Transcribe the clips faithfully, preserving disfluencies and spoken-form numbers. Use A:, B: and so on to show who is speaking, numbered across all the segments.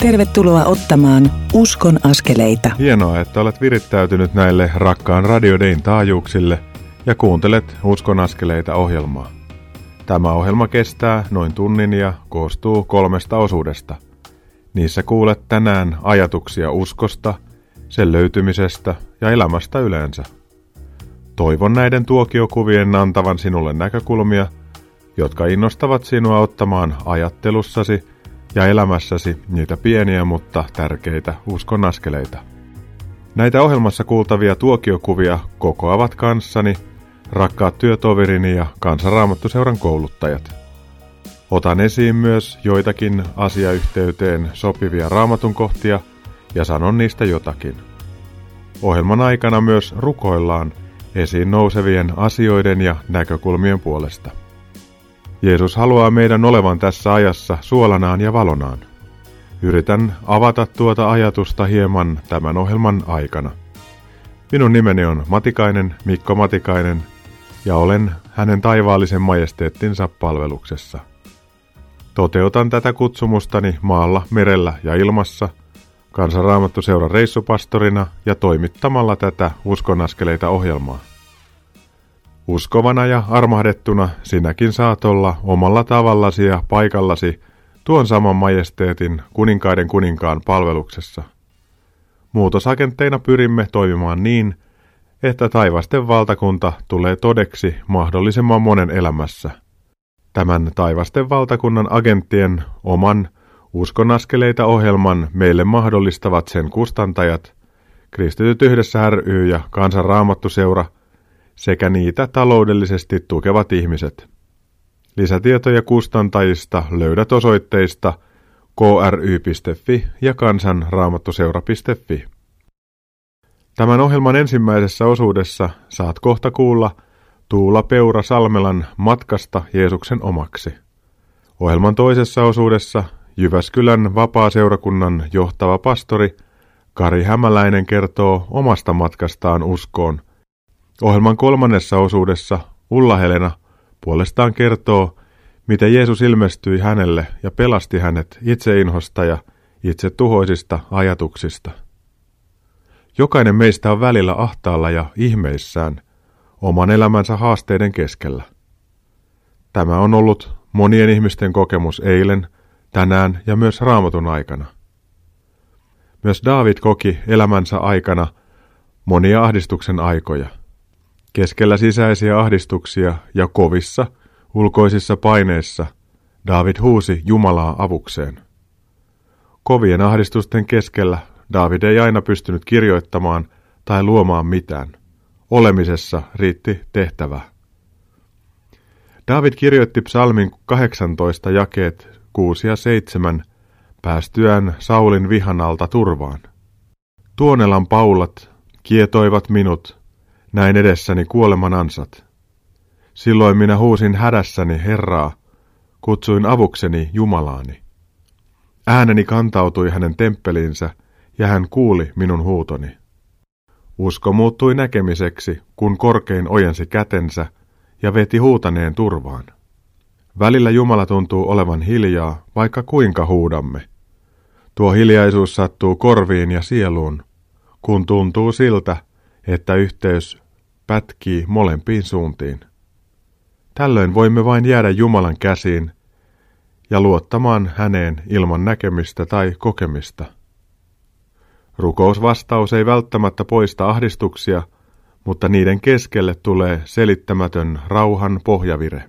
A: Tervetuloa ottamaan Uskon askeleita.
B: Hienoa, että olet virittäytynyt näille rakkaan Radio Dayn taajuuksille ja kuuntelet Uskon askeleita -ohjelmaa. Tämä ohjelma kestää noin tunnin ja koostuu kolmesta osuudesta. Niissä kuulet tänään ajatuksia uskosta, sen löytymisestä ja elämästä yleensä. Toivon näiden tuokiokuvien antavan sinulle näkökulmia, jotka innostavat sinua ottamaan ajattelussasi ja elämässäsi niitä pieniä, mutta tärkeitä uskon askeleita. Näitä ohjelmassa kuultavia tuokiokuvia kokoavat kanssani rakkaat työtoverini ja Kansanraamattuseuran kouluttajat. Otan esiin myös joitakin asiayhteyteen sopivia raamatun kohtia ja sanon niistä jotakin. Ohjelman aikana myös rukoillaan esiin nousevien asioiden ja näkökulmien puolesta. Jeesus haluaa meidän olevan tässä ajassa suolanaan ja valonaan. Yritän avata tuota ajatusta hieman tämän ohjelman aikana. Minun nimeni on Matikainen, Mikko Matikainen, ja olen hänen taivaallisen majesteettinsa palveluksessa. Toteutan tätä kutsumustani maalla, merellä ja ilmassa, Kansanraamattuseuran reissupastorina ja toimittamalla tätä Uskon askeleita -ohjelmaa. Uskovana ja armahdettuna sinäkin saat olla omalla tavallasi ja paikallasi tuon saman majesteetin kuninkaiden kuninkaan palveluksessa. Muutosagentteina pyrimme toimimaan niin, että taivasten valtakunta tulee todeksi mahdollisimman monen elämässä. Tämän taivasten valtakunnan agenttien oman Uskon askeleita -ohjelman meille mahdollistavat sen kustantajat, Kristityt yhdessä ry ja Kansanraamattuseura sekä niitä taloudellisesti tukevat ihmiset. Lisätietoja kustantajista löydät osoitteista k r y piste f i ja kansanraamattuseura piste f i. Tämän ohjelman ensimmäisessä osuudessa saat kohta kuulla Tuula Peura-Salmelan matkasta Jeesuksen omaksi. Ohjelman toisessa osuudessa Jyväskylän vapaaseurakunnan johtava pastori Kari Hämäläinen kertoo omasta matkastaan uskoon. Ohjelman kolmannessa osuudessa Ulla-Helena puolestaan kertoo, miten Jeesus ilmestyi hänelle ja pelasti hänet itseinhosta ja itsetuhoisista ajatuksista. Jokainen meistä on välillä ahtaalla ja ihmeissään oman elämänsä haasteiden keskellä. Tämä on ollut monien ihmisten kokemus eilen, tänään ja myös Raamatun aikana. Myös Daavid koki elämänsä aikana monia ahdistuksen aikoja. Keskellä sisäisiä ahdistuksia ja kovissa, ulkoisissa paineissa Daavid huusi Jumalaa avukseen. Kovien ahdistusten keskellä Daavid ei aina pystynyt kirjoittamaan tai luomaan mitään. Olemisessa riitti tehtävää. Daavid kirjoitti psalmin kahdeksantoista jakeet kuusi ja seitsemän päästyään Saulin vihan alta turvaan. Tuonelan paulat kietoivat minut, näin edessäni kuoleman ansat. Silloin minä huusin hädässäni Herraa, kutsuin avukseni Jumalaani. Ääneni kantautui hänen temppeliinsä, ja hän kuuli minun huutoni. Usko muuttui näkemiseksi, kun korkein ojensi kätensä ja veti huutaneen turvaan. Välillä Jumala tuntuu olevan hiljaa, vaikka kuinka huudamme. Tuo hiljaisuus sattuu korviin ja sieluun, kun tuntuu siltä, että yhteys pätkii molempiin suuntiin. Tällöin voimme vain jäädä Jumalan käsiin ja luottamaan häneen ilman näkemistä tai kokemista. Rukousvastaus ei välttämättä poista ahdistuksia, mutta niiden keskelle tulee selittämätön rauhan pohjavire.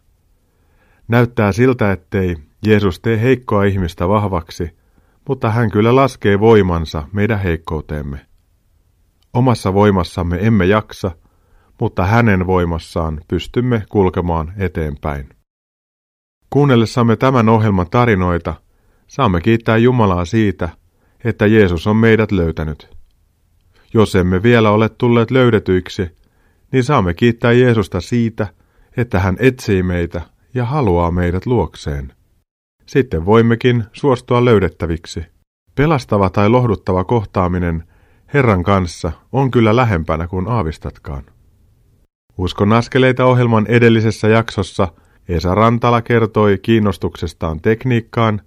B: Näyttää siltä, ettei Jeesus tee heikkoa ihmistä vahvaksi, mutta hän kyllä laskee voimansa meidän heikkouteemme. Omassa voimassamme emme jaksa, mutta hänen voimassaan pystymme kulkemaan eteenpäin. Kuunnellessamme tämän ohjelman tarinoita, saamme kiittää Jumalaa siitä, että Jeesus on meidät löytänyt. Jos emme vielä ole tulleet löydetyiksi, niin saamme kiittää Jeesusta siitä, että hän etsii meitä ja haluaa meidät luokseen. Sitten voimmekin suostua löydettäviksi. Pelastava tai lohduttava kohtaaminen Herran kanssa on kyllä lähempänä kuin aavistatkaan. Uskon askeleita -ohjelman edellisessä jaksossa Esa Rantala kertoi kiinnostuksestaan tekniikkaan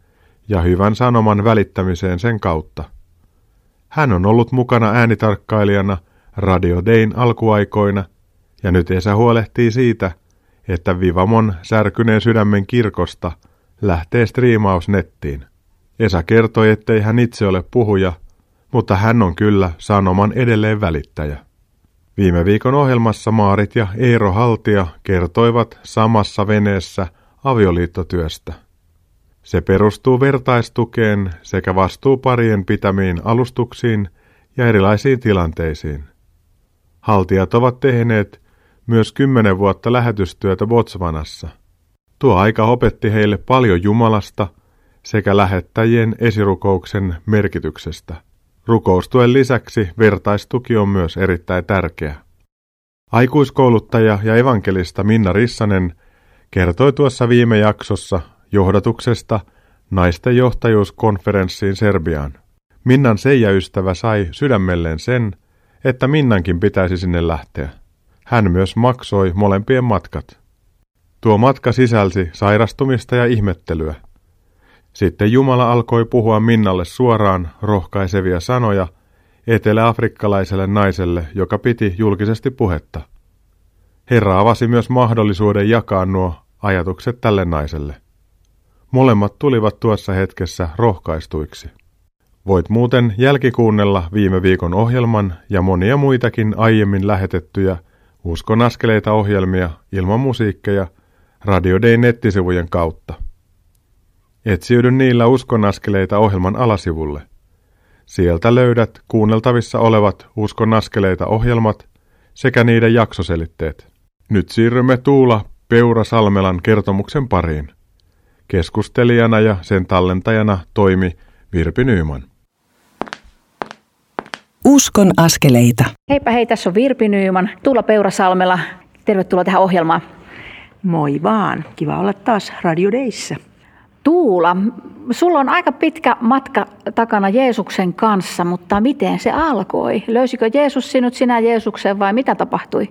B: ja hyvän sanoman välittämiseen sen kautta. Hän on ollut mukana äänitarkkailijana Radio Dayn alkuaikoina, ja nyt Esa huolehtii siitä, että Vivamon Särkyneen sydämen kirkosta lähtee striimaus nettiin. Esa kertoi, ettei hän itse ole puhuja, mutta hän on kyllä sanoman edelleen välittäjä. Viime viikon ohjelmassa Maarit ja Eero Haltia kertoivat samassa veneessä avioliittotyöstä. Se perustuu vertaistukeen sekä vastuuparien pitämiin alustuksiin ja erilaisiin tilanteisiin. Haltijat ovat tehneet myös kymmenen vuotta lähetystyötä Botswanassa. Tuo aika opetti heille paljon Jumalasta sekä lähettäjien esirukouksen merkityksestä. Rukoustuen lisäksi vertaistuki on myös erittäin tärkeä. Aikuiskouluttaja ja evankelista Minna Rissanen kertoi tuossa viime jaksossa johdatuksesta naisten johtajuuskonferenssiin Serbiaan. Minnan seijäystävä sai sydämelleen sen, että Minnankin pitäisi sinne lähteä. Hän myös maksoi molempien matkat. Tuo matka sisälsi sairastumista ja ihmettelyä. Sitten Jumala alkoi puhua Minnalle suoraan rohkaisevia sanoja eteläafrikkalaiselle naiselle, joka piti julkisesti puhetta. Herra avasi myös mahdollisuuden jakaa nuo ajatukset tälle naiselle. Molemmat tulivat tuossa hetkessä rohkaistuiksi. Voit muuten jälkikuunnella viime viikon ohjelman ja monia muitakin aiemmin lähetettyjä Uskon askeleita -ohjelmia ilman musiikkeja Radio Dayn nettisivujen kautta. Etsiydy niillä Uskon askeleita -ohjelman alasivulle. Sieltä löydät kuunneltavissa olevat Uskon askeleita -ohjelmat sekä niiden jaksoselitteet. Nyt siirrymme Tuula Peurasalmelan kertomuksen pariin. Keskustelijana ja sen tallentajana toimi Virpi Nyman.
A: Uskon askeleita.
C: Heipä hei, tässä on Virpi Nyman, Tuula Peurasalmela. Tervetuloa tähän ohjelmaan.
D: Moi vaan, kiva olla taas Radio Dayssä.
C: Tuula, sulla on aika pitkä matka takana Jeesuksen kanssa, mutta miten se alkoi? Löysikö Jeesus sinut sinä Jeesuksen vai mitä tapahtui?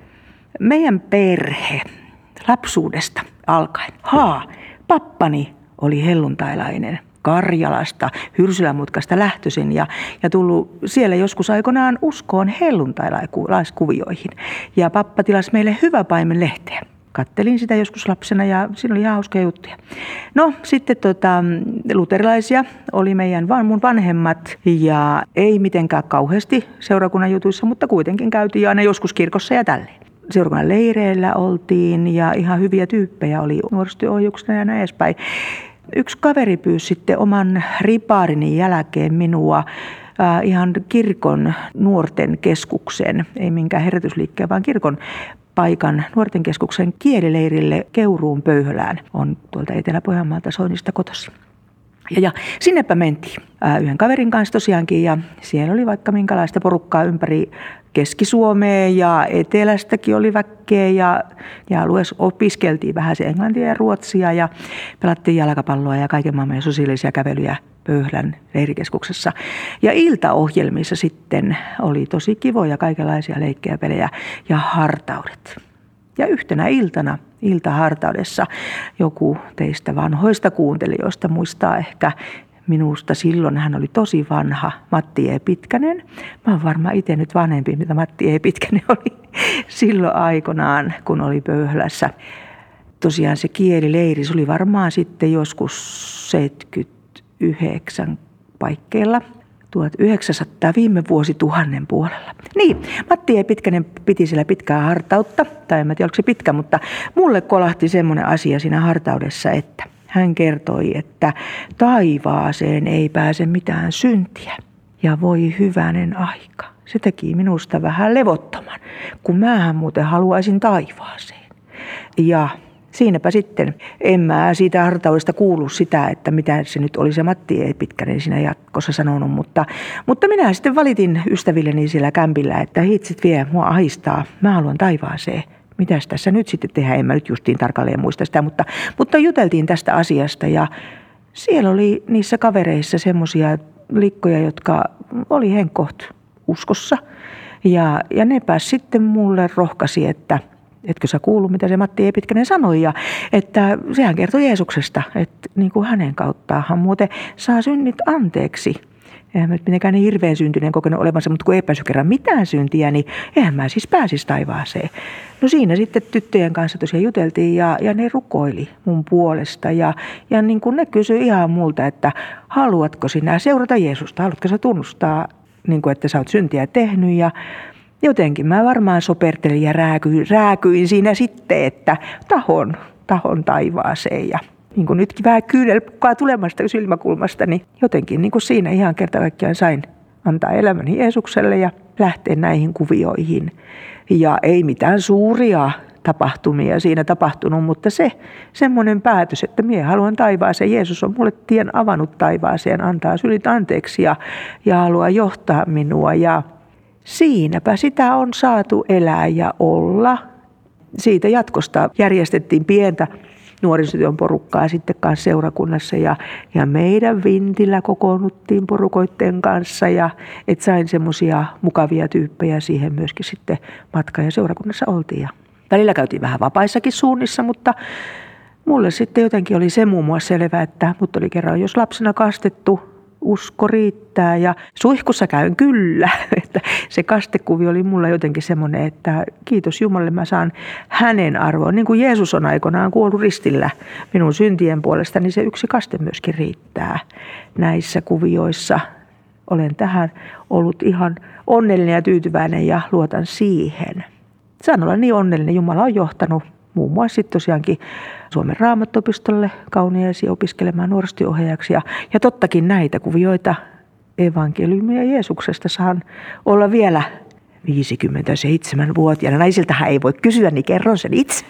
D: Meidän perhe lapsuudesta alkaen. Haa, pappani oli helluntailainen Karjalasta, Hyrsylämutkasta lähtöisin ja, ja tullut siellä joskus aikoinaan uskoon helluntailaskuvioihin. Ja pappa tilasi meille Hyvä Paimen -lehteä. Kattelin sitä joskus lapsena ja siinä oli ihan hauskoja juttuja. No sitten tota, luterilaisia oli meidän van, mun vanhemmat ja ei mitenkään kauheasti seurakunnan jutuissa, mutta kuitenkin käytiin aina joskus kirkossa ja tälleen. Seurakunnan leireillä oltiin ja ihan hyviä tyyppejä oli nuorisotyöohjuksena ja näin edespäin. Yksi kaveri pyysi sitten oman ripaarini jälkeen minua äh, ihan kirkon nuorten keskuksen, ei minkään herätysliikkeen, vaan kirkon paikan nuorten keskuksen kielileirille Keuruun Pöyhölään. On tuolta Etelä-Pohjanmaalta Soinista kotoisin. Ja, ja sinnepä mentiin ää, yhden kaverin kanssa tosiaankin ja siellä oli vaikka minkälaista porukkaa ympäri Keski-Suomea ja etelästäkin oli väkkeä ja, ja alueessa opiskeltiin vähän se englantia ja ruotsia ja pelattiin jalkapalloa ja kaiken maailman sosiaalisia kävelyjä Pöyhälän leirikeskuksessa. Ja iltaohjelmissa sitten oli tosi kivoja kaikenlaisia leikkejä, pelejä ja hartaudet. Ja yhtenä iltana, iltahartaudessa, joku teistä vanhoista kuuntelijoista muistaa ehkä minusta silloin, hän oli tosi vanha, Matti E. Pitkänen. Mä oon varmaan itse nyt vanhempi, mitä Matti E. Pitkänen oli silloin aikanaan, kun oli Pöyhälässä. Tosiaan se kielileiri, se oli varmaan sitten joskus seitsemänkymmentäyhdeksän paikkeilla. tuhatyhdeksänsataa viime vuosituhannen puolella. Niin, Matti E. Pitkänen piti siellä pitkää hartautta, tai en tiedä oliko se pitkä, mutta mulle kolahti semmoinen asia siinä hartaudessa, että hän kertoi, että taivaaseen ei pääse mitään syntiä. Ja voi hyvänen aika. Se teki minusta vähän levottoman, kun mähän muuten haluaisin taivaaseen. Ja siinäpä sitten, en mä siitä hartaudesta kuullut sitä, että mitä se nyt oli se Matti E. Pitkänen siinä jatkossa sanonut, mutta, mutta minä sitten valitin ystävilleni siellä kämpillä, että hitsit vie, mua ahistaa, mä haluan taivaaseen. Mitäs tässä nyt sitten tehdään, en mä nyt justiin tarkalleen muista sitä, mutta, mutta juteltiin tästä asiasta ja siellä oli niissä kavereissa semmoisia likkoja, jotka oli henkkoht uskossa ja, ja ne pääs sitten mulle rohkasi, että Etkö sä kuullut, mitä se Matti E. Pitkänen sanoi? Ja että sehän kertoi Jeesuksesta, että niin kuin hänen kauttaan hän muuten saa synnit anteeksi. Eihän mä mitenkään niin hirveän syntyneen kokenut olevansa, mutta kun ei päässyt kerran mitään syntiä, niin eihän mä siis pääsisi taivaaseen. No siinä sitten tyttöjen kanssa tosiaan juteltiin ja, ja ne rukoili mun puolesta. Ja, ja niin kuin ne kysyi ihan multa, että haluatko sinä seurata Jeesusta? Haluatko sä tunnustaa, niin kuin, että sä oot syntiä tehnyt? Ja jotenkin mä varmaan sopertelin ja rääkyin, rääkyin siinä sitten, että tahon, tahon taivaaseen. Ja niin kuin nytkin vähän kyynelpukkaa tulemasta silmäkulmasta, niin jotenkin niin kuin siinä ihan kerta kaikkiaan sain antaa elämäni Jeesukselle ja lähteä näihin kuvioihin. Ja ei mitään suuria tapahtumia siinä tapahtunut, mutta se semmoinen päätös, että minä haluan taivaaseen. Jeesus on mulle tien avannut taivaaseen, antaa sylit anteeksi ja, ja haluaa johtaa minua. Ja siinäpä sitä on saatu elää ja olla. Siitä jatkosta järjestettiin pientä nuorisotyön porukkaa sitten kanssa seurakunnassa ja, ja meidän vintillä kokoonnuttiin porukoitten kanssa ja et sain semmoisia mukavia tyyppejä siihen myöskin sitten matka- ja seurakunnassa oltiin. Ja välillä käytiin vähän vapaissakin suunnissa, mutta mulle sitten jotenkin oli se muun muassa selvä, että mut oli kerran jos lapsena kastettu, usko riittää ja suihkussa käyn kyllä. Että se kastekuvi oli mulla jotenkin semmoinen, että kiitos Jumalalle mä saan hänen arvoon. Niin kuin Jeesus on aikoinaan kuollut ristillä minun syntien puolesta, niin se yksi kaste myöskin riittää näissä kuvioissa. Olen tähän ollut ihan onnellinen ja tyytyväinen ja luotan siihen. Saan olla niin onnellinen. Jumala on johtanut muun muassa sitten tosiaankin Suomen Raamattuopistolle kauniaisia opiskelemaan nuorisotyöohjaajaksi. Ja, ja tottakin näitä kuvioita evankeliumia Jeesuksesta saan olla vielä viisikymmentäseitsemänvuotiaana. Naisiltahan ei voi kysyä, niin kerron sen itse.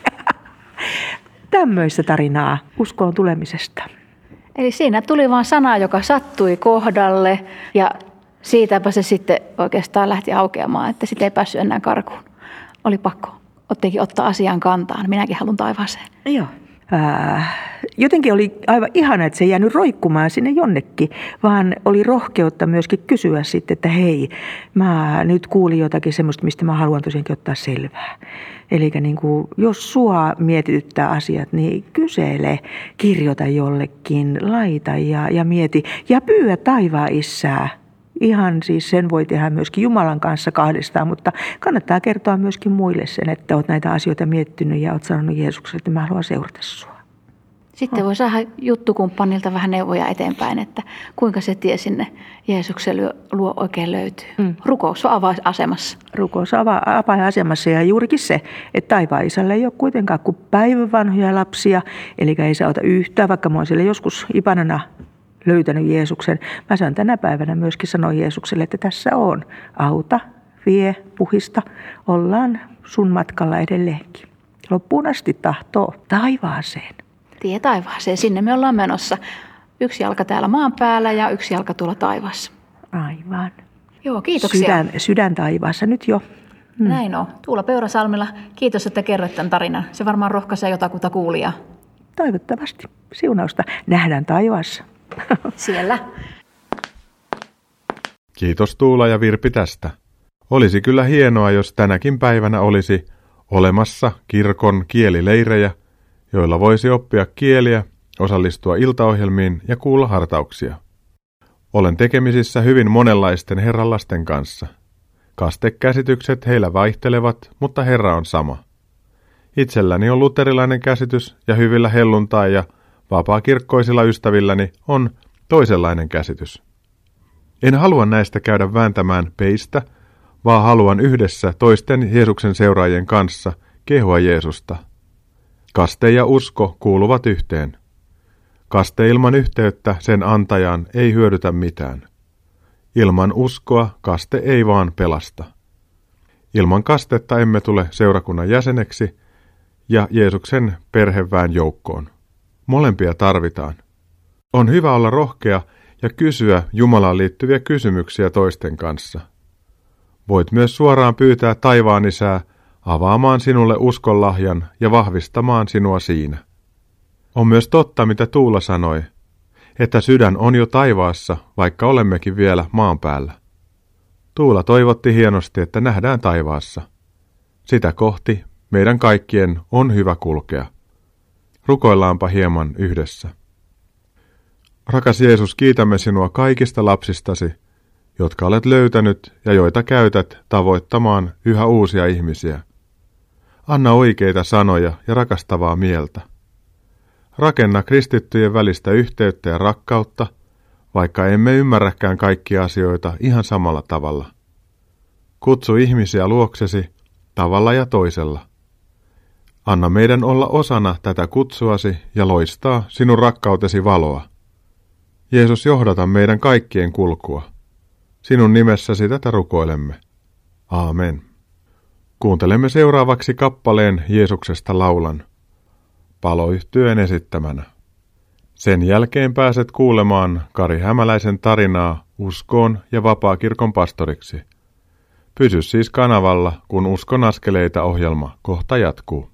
D: Tämmöistä tarinaa uskoon tulemisesta.
C: Eli siinä tuli vaan sana, joka sattui kohdalle ja siitäpä se sitten oikeastaan lähti aukeamaan, että sitten ei päässyt enää karkuun. Oli pakko ottekin ottaa asian kantaan. Minäkin haluan taivaaseen.
D: Joo. Äh, jotenkin oli aivan ihana, että se ei jäänyt roikkumaan sinne jonnekin, vaan oli rohkeutta myöskin kysyä sitten, että hei, mä nyt kuulin jotakin semmoista, mistä mä haluan tosiaankin ottaa selvää. Eli niin kuin, jos sua mietityttää asiat, niin kysele, kirjoita jollekin, laita ja, ja mieti ja pyydä taivaan Isää. Ihan siis sen voi tehdä myöskin Jumalan kanssa kahdestaan, mutta kannattaa kertoa myöskin muille sen, että olet näitä asioita miettinyt ja olet sanonut Jeesukselle, että mä haluan seurata sua.
C: Sitten voi saada juttukumppanilta vähän neuvoja eteenpäin, että kuinka se tie sinne Jeesuksen luo oikein löytyy. Mm. Rukous on avainasemassa.
D: Rukous on avainasemassa ja juurikin se, että taivaan Isällä ei ole kuitenkaan kuin päivän vanhoja lapsia, eli ei saa ota yhtään, vaikka mä oon siellä joskus ipanana löytänyt Jeesuksen. Mä saan tänä päivänä myöskin sanoa Jeesukselle, että tässä on. Auta, vie, puhista. Ollaan sun matkalla edelleenkin. Loppuun asti tahtoo taivaaseen.
C: Tie taivaaseen. Sinne me ollaan menossa. Yksi jalka täällä maan päällä ja yksi jalka tuolla taivaassa.
D: Aivan.
C: Joo, kiitoksia.
D: Sydän, sydän taivaassa nyt jo.
C: Hmm. Näin on. Tuula Peurasalmilla, kiitos, että kerroit tämän tarinan. Se varmaan rohkaisee jotakuta kuulijaa.
D: Toivottavasti. Siunausta. Nähdään taivaassa.
C: Siellä.
B: Kiitos Tuula ja Virpi tästä. Olisi kyllä hienoa, jos tänäkin päivänä olisi olemassa kirkon kielileirejä, joilla voisi oppia kieliä, osallistua iltaohjelmiin ja kuulla hartauksia. Olen tekemisissä hyvin monenlaisten herranlasten kanssa. Kastekäsitykset heillä vaihtelevat, mutta Herra on sama. Itselläni on luterilainen käsitys ja hyvillä helluntai- ja vapaakirkkoisilla ystävilläni on toisenlainen käsitys. En halua näistä käydä vääntämään peistä, vaan haluan yhdessä toisten Jeesuksen seuraajien kanssa kehua Jeesusta. Kaste ja usko kuuluvat yhteen. Kaste ilman yhteyttä sen antajaan ei hyödytä mitään. Ilman uskoa kaste ei vaan pelasta. Ilman kastetta emme tule seurakunnan jäseneksi ja Jeesuksen perheväen joukkoon. Molempia tarvitaan. On hyvä olla rohkea ja kysyä Jumalaan liittyviä kysymyksiä toisten kanssa. Voit myös suoraan pyytää taivaan Isää avaamaan sinulle uskonlahjan ja vahvistamaan sinua siinä. On myös totta, mitä Tuula sanoi, että sydän on jo taivaassa, vaikka olemmekin vielä maan päällä. Tuula toivotti hienosti, että nähdään taivaassa. Sitä kohti meidän kaikkien on hyvä kulkea. Rukoillaanpa hieman yhdessä. Rakas Jeesus, kiitämme sinua kaikista lapsistasi, jotka olet löytänyt ja joita käytät tavoittamaan yhä uusia ihmisiä. Anna oikeita sanoja ja rakastavaa mieltä. Rakenna kristittyjen välistä yhteyttä ja rakkautta, vaikka emme ymmärräkään kaikkia asioita ihan samalla tavalla. Kutsu ihmisiä luoksesi tavalla ja toisella. Anna meidän olla osana tätä kutsuasi ja loistaa sinun rakkautesi valoa. Jeesus, johdata meidän kaikkien kulkua. Sinun nimessäsi tätä rukoilemme. Aamen. Kuuntelemme seuraavaksi kappaleen Jeesuksesta laulan, paloyhtyeen esittämänä. Sen jälkeen pääset kuulemaan Kari Hämäläisen tarinaa uskoon ja vapaakirkon pastoriksi. Pysy siis kanavalla, kun Uskon askeleita -ohjelma kohta jatkuu.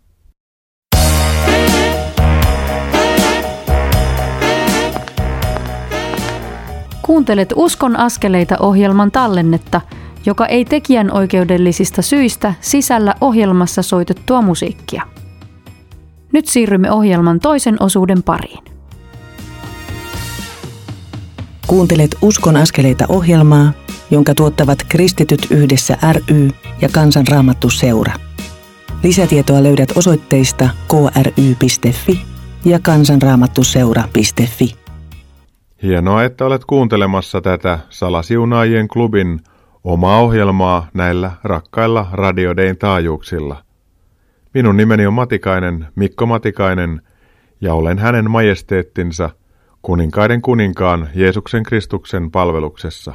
E: Kuuntelet Uskon askeleita -ohjelman tallennetta, joka ei tekijän oikeudellisista syistä sisällä ohjelmassa soitettua musiikkia. Nyt siirrymme ohjelman toisen osuuden pariin.
A: Kuuntelet Uskon askeleita -ohjelmaa, jonka tuottavat Kristityt yhdessä ry ja Kansanraamattu seura. Lisätietoa löydät osoitteista k r y piste f i ja kansanraamattuseura piste f i.
B: Hienoa, että olet kuuntelemassa tätä Salasiunaajien klubin omaa ohjelmaa näillä rakkailla radiodein taajuuksilla. Minun nimeni on Matikainen, Mikko Matikainen, ja olen hänen majesteettinsa, kuninkaiden kuninkaan Jeesuksen Kristuksen palveluksessa.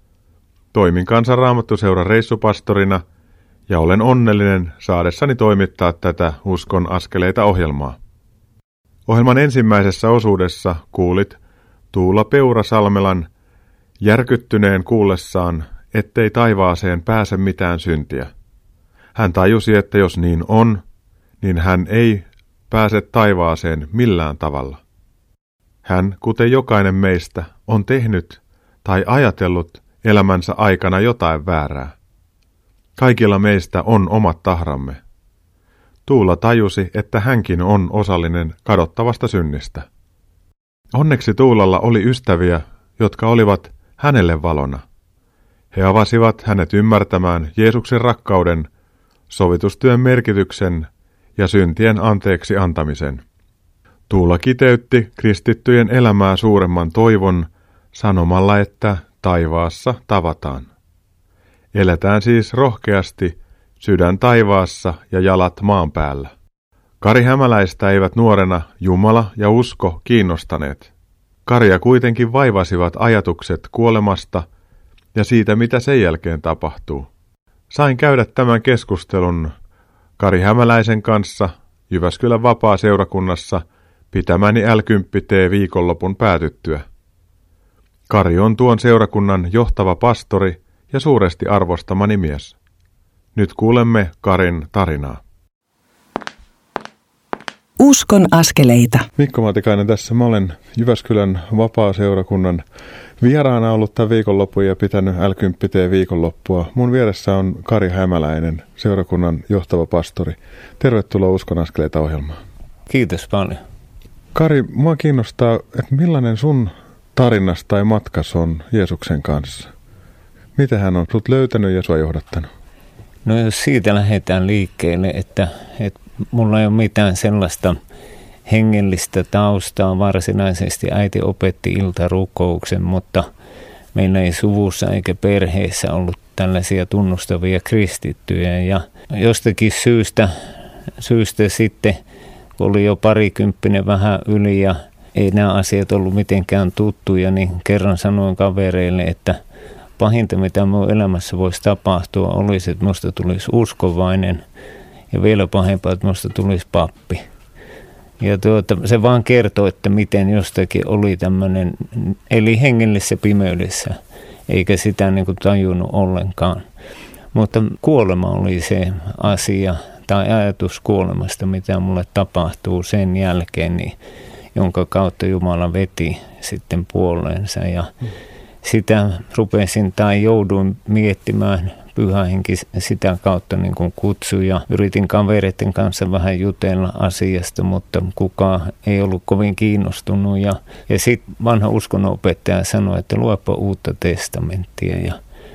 B: Toimin Kansanraamattuseuran reissupastorina ja olen onnellinen saadessani toimittaa tätä Uskon askeleita -ohjelmaa. Ohjelman ensimmäisessä osuudessa kuulit Tuula Peurasalmelan järkyttyneen kuullessaan, ettei taivaaseen pääse mitään syntiä. Hän tajusi, että jos niin on, niin hän ei pääse taivaaseen millään tavalla. Hän, kuten jokainen meistä, on tehnyt tai ajatellut elämänsä aikana jotain väärää. Kaikilla meistä on omat tahramme. Tuula tajusi, että hänkin on osallinen kadottavasta synnistä. Onneksi Tuulalla oli ystäviä, jotka olivat hänelle valona. He avasivat hänet ymmärtämään Jeesuksen rakkauden, sovitustyön merkityksen ja syntien anteeksi antamisen. Tuula kiteytti kristittyjen elämää suuremman toivon sanomalla, että taivaassa tavataan. Eletään siis rohkeasti, sydän taivaassa ja jalat maan päällä. Kari Hämäläistä eivät nuorena Jumala ja usko kiinnostaneet. Karia kuitenkin vaivasivat ajatukset kuolemasta ja siitä, mitä sen jälkeen tapahtuu. Sain käydä tämän keskustelun Kari Hämäläisen kanssa Jyväskylän vapaa-seurakunnassa pitämäni L kymmenen T-viikonlopun päätyttyä. Kari on tuon seurakunnan johtava pastori ja suuresti arvostamani mies. Nyt kuulemme Karin tarinaa.
A: Uskon askeleita.
B: Mikko Matikainen tässä. Mä olen Jyväskylän vapaa-seurakunnan vieraana ollut tämän viikonlopun ja pitänyt L kymmenen T-viikonloppua. Mun vieressä on Kari Hämäläinen, seurakunnan johtava pastori. Tervetuloa Uskon askeleita -ohjelmaan.
F: Kiitos paljon.
B: Kari, mua kiinnostaa, että millainen sun tarinas tai matkas on Jeesuksen kanssa? Miten hän on sut löytänyt ja sua johdattanut?
F: No jos siitä lähdetään liikkeelle, että, että mulla ei ole mitään sellaista hengellistä taustaa. Varsinaisesti äiti opetti iltarukouksen, mutta meillä ei suvussa eikä perheessä ollut tällaisia tunnustavia kristittyjä. Ja jostakin syystä, syystä sitten, kun oli jo parikymppinen vähän yli ja ei nämä asiat ollut mitenkään tuttuja, niin kerran sanoin kavereille, että pahinta, mitä minun elämässä voisi tapahtua, olisi, että minusta tulisi uskovainen ja vielä pahempaa, että minusta tulisi pappi. Ja tuota, se vaan kertoo, että miten jostakin oli tämmöinen, eli hengellisessä pimeydessä, eikä sitä niin kuin tajunnut ollenkaan. Mutta kuolema oli se asia tai ajatus kuolemasta, mitä mulle tapahtuu sen jälkeen, niin, jonka kautta Jumala veti sitten puoleensa ja mm. sitä rupesin tai jouduin miettimään Pyhä Henki sitä kautta niin kuin kutsui ja yritin kavereiden kanssa vähän jutella asiasta, mutta kukaan ei ollut kovin kiinnostunut. Ja, ja sitten vanha uskonnonopettaja sanoi, että luepa Uutta testamenttia ja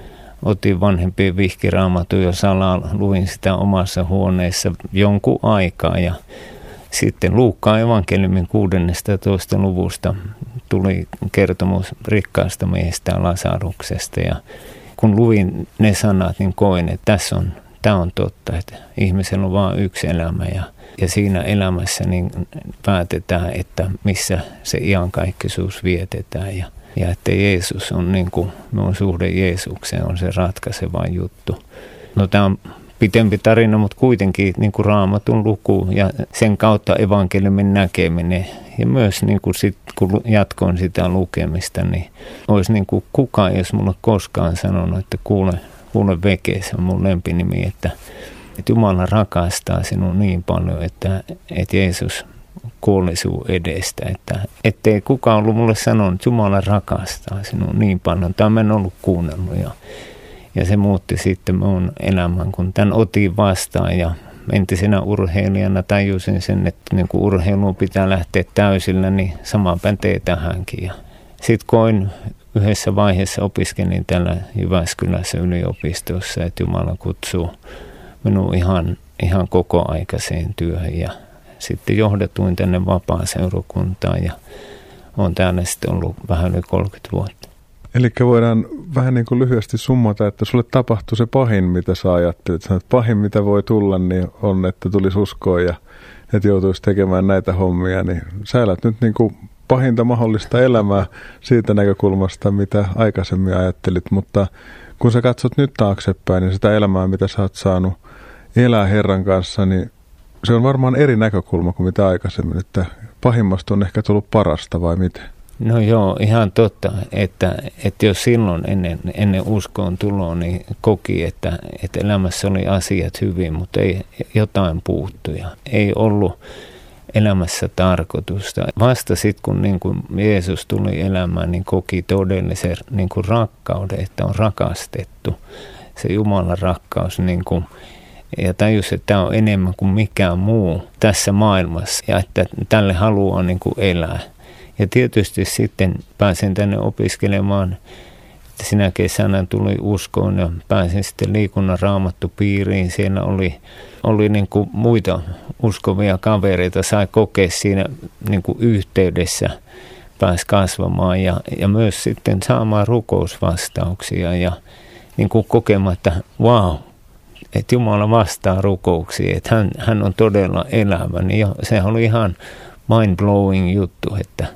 F: otin vanhempien vihkiraamattuja salaa, luin sitä omassa huoneessa jonkun aikaa ja sitten Luukkaan evankeliumin kuudennestatoista luvusta tuli kertomus rikkaasta miehestä Lasaruksesta ja kun luin ne sanat, niin koin, että tässä on, tämä on totta, että ihmisellä on vain yksi elämä ja, ja siinä elämässä niin päätetään, että missä se iankaikkisuus vietetään ja, ja että Jeesus on niin kuin, minun suhde Jeesukseen on se ratkaiseva juttu. No tämä on pitempi tarina, mutta kuitenkin niin kuin Raamatun luku ja sen kautta evankeliumin näkeminen. Ja myös niin kuin sit, kun jatkoin sitä lukemista, niin olisi niin kuin kukaan, jos mulle koskaan sanonut, että kuule, kuule Veke, se on mun lempinimi, että, että Jumala rakastaa sinua niin paljon, että, että Jeesus kuoli sinun edestä. Että, ettei kukaan ollut mulle sanonut, että Jumala rakastaa sinua niin paljon. Tämä en ollut kuunnellut ja Ja se muutti sitten mun elämän, kun tämän otin vastaan ja entisenä urheilijana tajusin sen, että niin kun urheiluun pitää lähteä täysillä, niin sama pätee tähänkin. Ja sitten koin yhdessä vaiheessa opiskelin täällä Jyväskylässä yliopistossa, että Jumala kutsuu minun ihan, ihan kokoaikaiseen työhön. Ja sitten johdatuin tänne vapaaseurakuntaan ja olen täällä sitten ollut vähän yli kolmekymmentä vuotta.
B: Eli voidaan vähän niin kuin lyhyesti summata, että sulle tapahtui se pahin, mitä sä ajattelit. Sanoit, että pahin, mitä voi tulla, niin on, että tulisi uskoa ja että joutuisi tekemään näitä hommia. Niin sä elät nyt niin kuin pahinta mahdollista elämää siitä näkökulmasta, mitä aikaisemmin ajattelit. Mutta kun sä katsot nyt taaksepäin, niin sitä elämää, mitä sä oot saanut elää Herran kanssa, niin se on varmaan eri näkökulma kuin mitä aikaisemmin. Että pahimmasta on ehkä tullut parasta vai miten?
F: No joo, ihan totta, että, että jos silloin ennen, ennen uskoon tuloa niin koki, että, että elämässä oli asiat hyvin, mutta ei jotain puuttuja. Ei ollut elämässä tarkoitusta. Vasta sitten, kun niin kuin Jeesus tuli elämään, niin koki todellisen niin kuin rakkauden, että on rakastettu. Se Jumalan rakkaus niin kuin, ja tajus, että tämä on enemmän kuin mikään muu tässä maailmassa ja että tälle haluaa niin kuin elää. Ja tietysti sitten pääsin tänne opiskelemaan, että sinä kesänä tuli uskoon ja pääsin sitten liikunnan raamattupiiriin. Siellä oli, oli niin kuin muita uskovia kavereita, sai kokea siinä niin kuin yhteydessä, pääsi kasvamaan ja, ja myös sitten saamaan rukousvastauksia ja niin kuin kokemaan, että vau, wow, että Jumala vastaa rukouksiin, että hän, hän on todella elävä. Niin sehän oli ihan mind-blowing juttu, että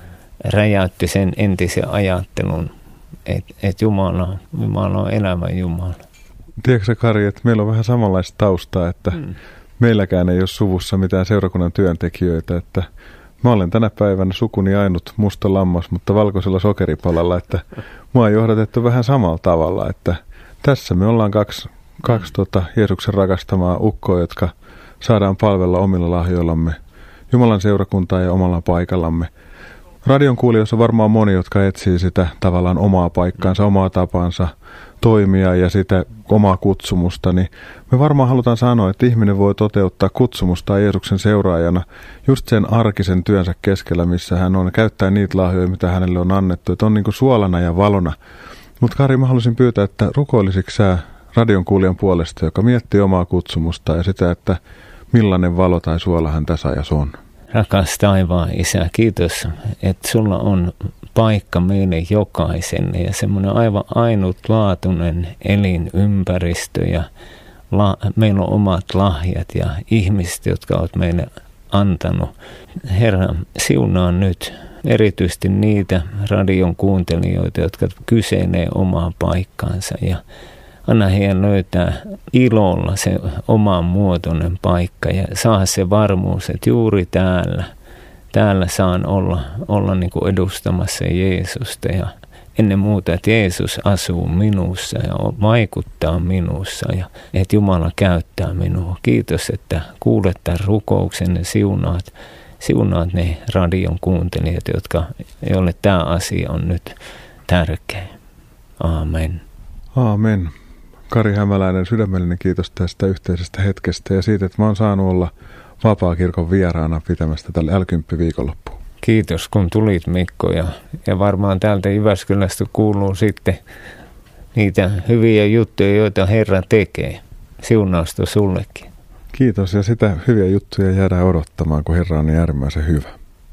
F: räjäytti sen entisen ajattelun, että et Jumala, Jumala on elävä Jumala.
B: Tiedätkö Kari, että meillä on vähän samanlaista taustaa, että hmm. meilläkään ei ole suvussa mitään seurakunnan työntekijöitä, että mä olen tänä päivänä sukuni ainut musta lammas, mutta valkoisella sokeripalalla, että mua on johdatettu vähän samalla tavalla, että tässä me ollaan kaksi, kaksi tota Jeesuksen rakastamaa ukkoa, jotka saadaan palvella omilla lahjoillamme Jumalan seurakuntaa ja omalla paikallamme. Radion kuulijoissa on varmaan moni, jotka etsii sitä tavallaan omaa paikkaansa, omaa tapansa toimia ja sitä omaa kutsumusta, niin me varmaan halutaan sanoa, että ihminen voi toteuttaa kutsumusta Jeesuksen seuraajana just sen arkisen työnsä keskellä, missä hän on, käyttää niitä lahjoja, mitä hänelle on annettu, että on niin kuin suolana ja valona. Mutta Kari, mä haluaisin pyytää, että rukoilisitko sä radion kuulijan puolesta, joka miettii omaa kutsumusta ja sitä, että millainen valo tai suola hän tässä ajassa on?
F: Rakas taivaan Isä, kiitos, että sulla on paikka meille jokaiselle ja semmoinen aivan ainutlaatuinen elinympäristö ja la, meillä on omat lahjat ja ihmiset, jotka olet meille antanut. Herra, siunaa nyt erityisesti niitä radion kuuntelijoita, jotka kyselee omaa paikkaansa ja anna heidän löytää ilolla se oman muotoinen paikka ja saa se varmuus, että juuri täällä, täällä saan olla, olla niin kuin edustamassa Jeesusta ja ennen muuta, että Jeesus asuu minussa ja vaikuttaa minussa ja että Jumala käyttää minua. Kiitos, että kuulet tämän rukouksen ja siunaat, siunaat ne radion kuuntelijat, jotka, joille tämä asia on nyt tärkeä. Aamen.
B: Aamen. Kari Hämäläinen, sydämellinen kiitos tästä yhteisestä hetkestä ja siitä, että mä oon saanut olla Vapaakirkon vieraana pitämästä tälle L kymmenen viikonloppuun.
F: Kiitos kun tulit, Mikko, ja, ja varmaan täältä Jyväskylästä kuuluu sitten niitä hyviä juttuja, joita Herra tekee. Siunausta sullekin.
B: Kiitos ja sitä hyviä juttuja jäädään odottamaan, kun Herra on niin äärimmäisen hyvä.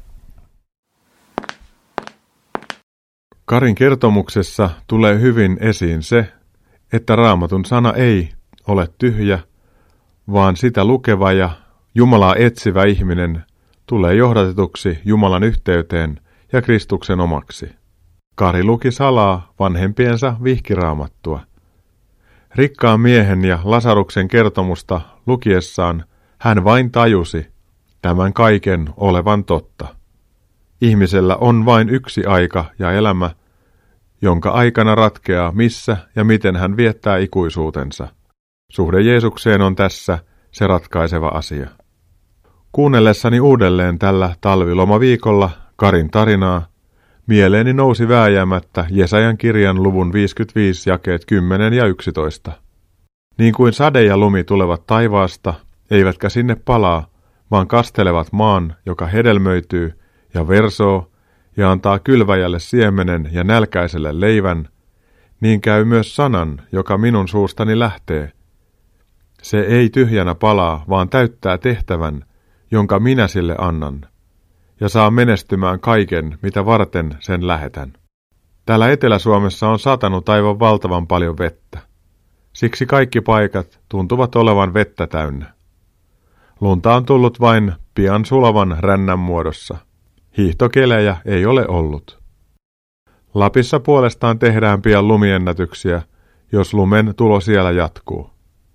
B: Karin kertomuksessa tulee hyvin esiin se, että Raamatun sana ei ole tyhjä, vaan sitä lukeva ja Jumalaa etsivä ihminen tulee johdatetuksi Jumalan yhteyteen ja Kristuksen omaksi. Kari luki salaa vanhempiensa vihkiraamattua. Rikkaan miehen ja Lasaruksen kertomusta lukiessaan hän vain tajusi tämän kaiken olevan totta. Ihmisellä on vain yksi aika ja elämä, jonka aikana ratkeaa missä ja miten hän viettää ikuisuutensa. Suhde Jeesukseen on tässä se ratkaiseva asia. Kuunnellessani uudelleen tällä talvilomaviikolla Karin tarinaa, mieleeni nousi vääjäämättä Jesajan kirjan luvun viisikymmentäviisi jakeet kymmenen ja yksitoista. Niin kuin sade ja lumi tulevat taivaasta, eivätkä sinne palaa, vaan kastelevat maan, joka hedelmöityy ja versoo ja antaa kylväjälle siemenen ja nälkäiselle leivän, niin käy myös sanan, joka minun suustani lähtee. Se ei tyhjänä palaa, vaan täyttää tehtävän, jonka minä sille annan, ja saa menestymään kaiken, mitä varten sen lähetän. Täällä Etelä-Suomessa on satanut aivan valtavan paljon vettä. Siksi kaikki paikat tuntuvat olevan vettä täynnä. Lunta on tullut vain pian sulavan rännän muodossa. Hiihtokelejä ei ole ollut. Lapissa puolestaan tehdään pian lumiennätyksiä, jos lumen tulo siellä jatkuu.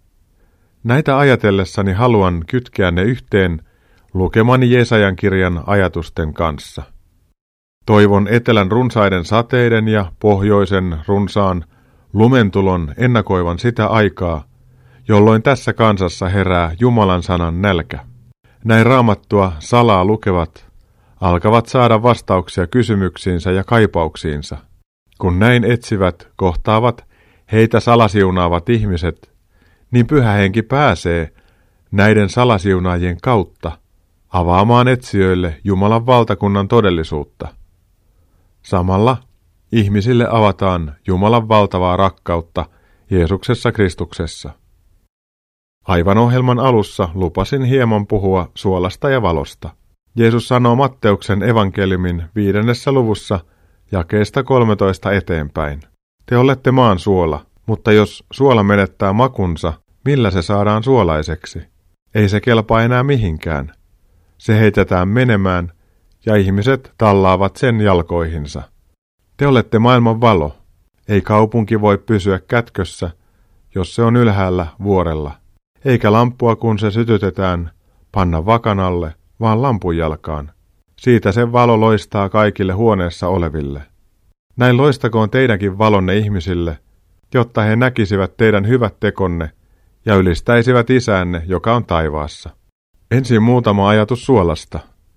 B: Näitä ajatellessani haluan kytkeä ne yhteen lukemani Jesajan kirjan ajatusten kanssa. Toivon etelän runsaiden sateiden ja pohjoisen runsaan lumentulon ennakoivan sitä aikaa, jolloin tässä kansassa herää Jumalan sanan nälkä. Näin Raamattua salaa lukevat alkavat saada vastauksia kysymyksiinsä ja kaipauksiinsa. Kun näin etsivät kohtaavat heitä salasiunaavat ihmiset, niin Pyhä Henki pääsee näiden salasiunaajien kautta avaamaan etsijöille Jumalan valtakunnan todellisuutta. Samalla ihmisille avataan Jumalan valtavaa rakkautta Jeesuksessa Kristuksessa. Aivan ohjelman alussa lupasin hieman puhua suolasta ja valosta. Jeesus sanoo Matteuksen evankeliumin viidennessä luvussa jakeesta kolmetoista eteenpäin. Te olette maan suola, mutta jos suola menettää makunsa, millä se saadaan suolaiseksi? Ei se kelpaa enää mihinkään. Se heitetään menemään, ja ihmiset tallaavat sen jalkoihinsa. Te olette maailman valo. Ei kaupunki voi pysyä kätkössä, jos se on ylhäällä vuorella. Eikä lamppua, kun se sytytetään, panna vakanalle, vaan lampun jalkaan. Siitä sen valo loistaa kaikille huoneessa oleville. Näin loistakoon teidänkin valonne ihmisille, jotta he näkisivät teidän hyvät tekonne ja ylistäisivät Isäänne, joka on taivaassa. Ensin muutama ajatus suolasta.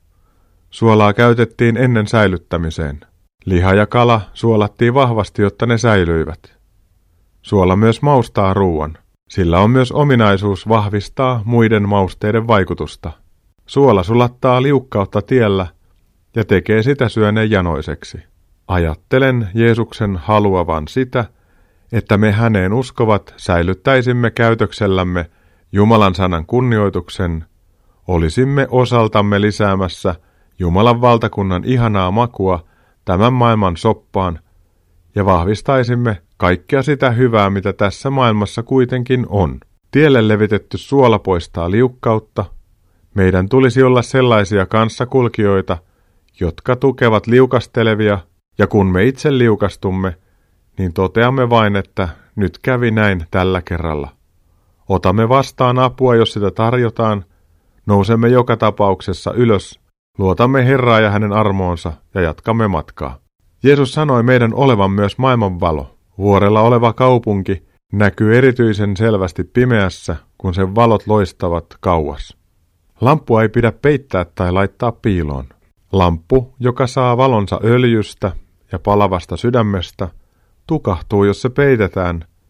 B: Suolaa käytettiin ennen säilyttämiseen. Liha ja kala suolattiin vahvasti, jotta ne säilyivät. Suola myös maustaa ruuan. Sillä on myös ominaisuus vahvistaa muiden mausteiden vaikutusta. Suola sulattaa liukkautta tiellä ja tekee sitä syöneen janoiseksi. Ajattelen Jeesuksen haluavan sitä, että me häneen uskovat säilyttäisimme käytöksellämme Jumalan sanan kunnioituksen, olisimme osaltamme lisäämässä Jumalan valtakunnan ihanaa makua tämän maailman soppaan ja vahvistaisimme kaikkea sitä hyvää, mitä tässä maailmassa kuitenkin on. Tielle levitetty suola poistaa liukkautta. Meidän tulisi olla sellaisia kanssakulkijoita, jotka tukevat liukastelevia, ja kun me itse liukastumme, niin toteamme vain, että nyt kävi näin tällä kerralla. Otamme vastaan apua, jos sitä tarjotaan, nousemme joka tapauksessa ylös, luotamme Herraa ja hänen armoonsa ja jatkamme matkaa. Jeesus sanoi meidän olevan myös maailman valo. Vuorella oleva kaupunki näkyy erityisen selvästi pimeässä, kun sen valot loistavat kauas. Lamppua ei pidä peittää tai laittaa piiloon. Lamppu, joka saa valonsa öljystä ja palavasta sydämestä, tukahtuu, jos se peitetään,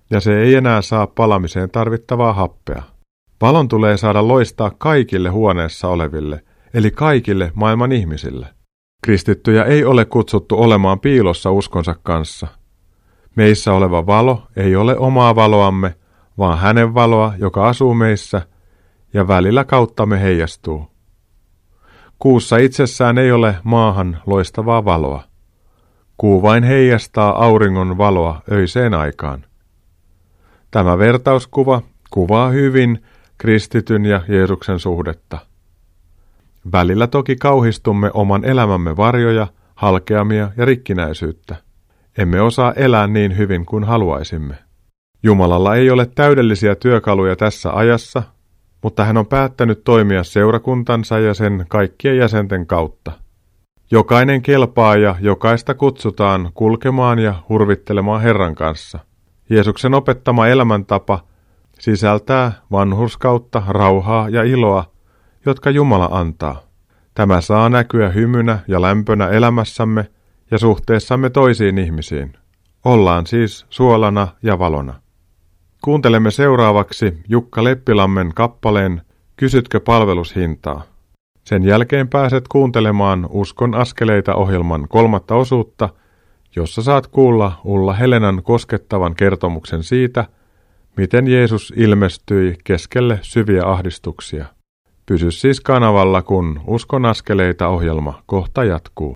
B: ja se ei enää saa palamiseen tarvittavaa happea. Valon tulee saada loistaa kaikille huoneessa oleville, eli kaikille maailman ihmisille. Kristittyjä ei ole kutsuttu olemaan piilossa uskonsa kanssa. Meissä oleva valo ei ole omaa valoamme, vaan hänen valoa, joka asuu meissä, ja välillä kauttamme heijastuu. Kuussa itsessään ei ole maahan loistavaa valoa. Kuu vain heijastaa auringon valoa öiseen aikaan. Tämä vertauskuva kuvaa hyvin kristityn ja Jeesuksen suhdetta. Välillä toki kauhistumme oman elämämme varjoja, halkeamia ja rikkinäisyyttä. Emme osaa elää niin hyvin kuin haluaisimme. Jumalalla ei ole täydellisiä työkaluja tässä ajassa, mutta hän on päättänyt toimia seurakuntansa ja sen kaikkien jäsenten kautta. Jokainen kelpaa ja jokaista kutsutaan kulkemaan ja hurvittelemaan Herran kanssa. Jeesuksen opettama elämäntapa sisältää vanhurskautta, rauhaa ja iloa, jotka Jumala antaa. Tämä saa näkyä hymynä ja lämpönä elämässämme ja suhteessamme toisiin ihmisiin. Ollaan siis suolana ja valona. Kuuntelemme seuraavaksi Jukka Leppilammen kappaleen Kysytkö palvelushintaa? Sen jälkeen pääset kuuntelemaan Uskon askeleita -ohjelman kolmatta osuutta, jossa saat kuulla Ulla Helenan koskettavan kertomuksen siitä, miten Jeesus ilmestyi keskelle syviä ahdistuksia. Pysy siis kanavalla, kun Uskon askeleita -ohjelma kohta jatkuu.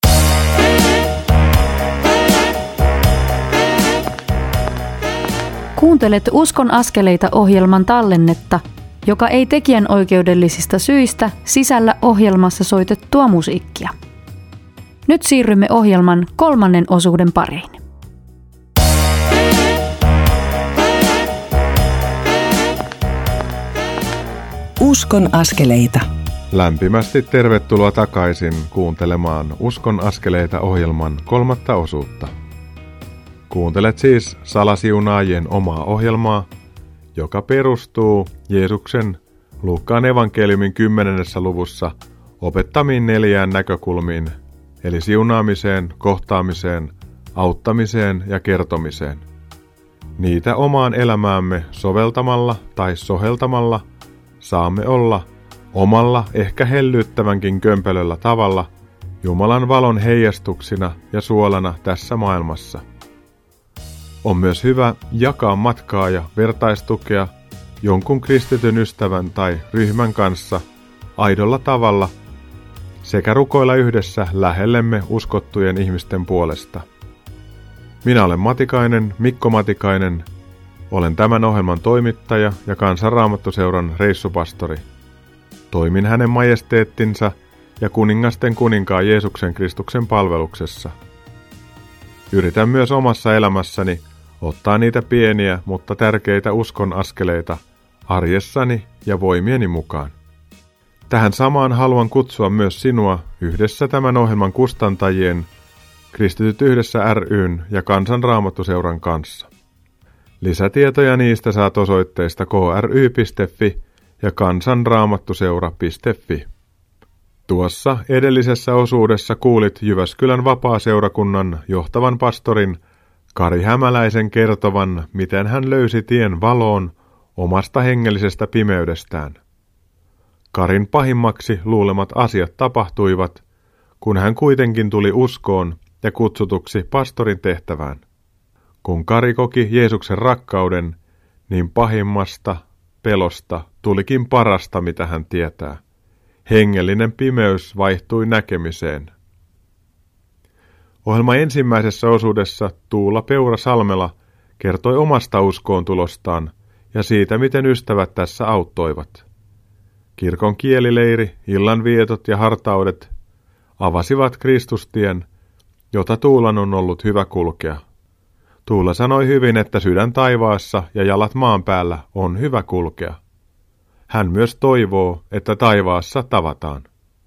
E: Kuuntelet Uskon askeleita -ohjelman tallennetta, joka ei tekijän oikeudellisista syistä sisällä ohjelmassa soitettua musiikkia. Nyt siirrymme ohjelman kolmannen osuuden pariin.
A: Uskon askeleita.
B: Lämpimästi tervetuloa takaisin kuuntelemaan Uskon askeleita -ohjelman kolmatta osuutta. Kuuntelet siis Salasiunaajien omaa ohjelmaa, joka perustuu Jeesuksen Luukkaan evankeliumin kymmenennessä luvussa opettamiin neljään näkökulmiin, eli siunaamiseen, kohtaamiseen, auttamiseen ja kertomiseen. Niitä omaan elämäämme soveltamalla tai soheltamalla saamme olla omalla, ehkä hellyttävänkin kömpelöllä tavalla Jumalan valon heijastuksina ja suolana tässä maailmassa. On myös hyvä jakaa matkaa ja vertaistukea jonkun kristityn ystävän tai ryhmän kanssa aidolla tavalla sekä rukoilla yhdessä lähellemme uskottujen ihmisten puolesta. Minä olen Matikainen, Mikko Matikainen. Olen tämän ohjelman toimittaja ja Kansan Raamattuseuran reissupastori. Toimin hänen majesteettinsa ja kuningasten kuninkaan Jeesuksen Kristuksen palveluksessa. Yritän myös omassa elämässäni ottaa niitä pieniä, mutta tärkeitä uskon askeleita arjessani ja voimieni mukaan. Tähän samaan haluan kutsua myös sinua yhdessä tämän ohjelman kustantajien, Kristityt yhdessä ry:n ja Kansan Raamattuseuran kanssa. Lisätietoja niistä saat osoitteista k r y piste f i ja kansanraamattuseura piste f i. Tuossa edellisessä osuudessa kuulit Jyväskylän vapaaseurakunnan johtavan pastorin Kari Hämäläisen kertovan, miten hän löysi tien valoon omasta hengellisestä pimeydestään. Karin pahimmaksi luulemat asiat tapahtuivat, kun hän kuitenkin tuli uskoon ja kutsutuksi pastorin tehtävään. Kun Kari koki Jeesuksen rakkauden, niin pahimmasta pelosta tulikin parasta, mitä hän tietää. Hengellinen pimeys vaihtui näkemiseen. Ohjelman ensimmäisessä osuudessa Tuula Peura-Salmela kertoi omasta uskoon tulostaan ja siitä, miten ystävät tässä auttoivat. Kirkon kielileiri, illanvietot ja hartaudet avasivat Kristustien, jota Tuulan on ollut hyvä kulkea. Tuula sanoi hyvin, että sydän taivaassa ja jalat maan päällä on hyvä kulkea. Hän myös toivoo, että taivaassa tavataan.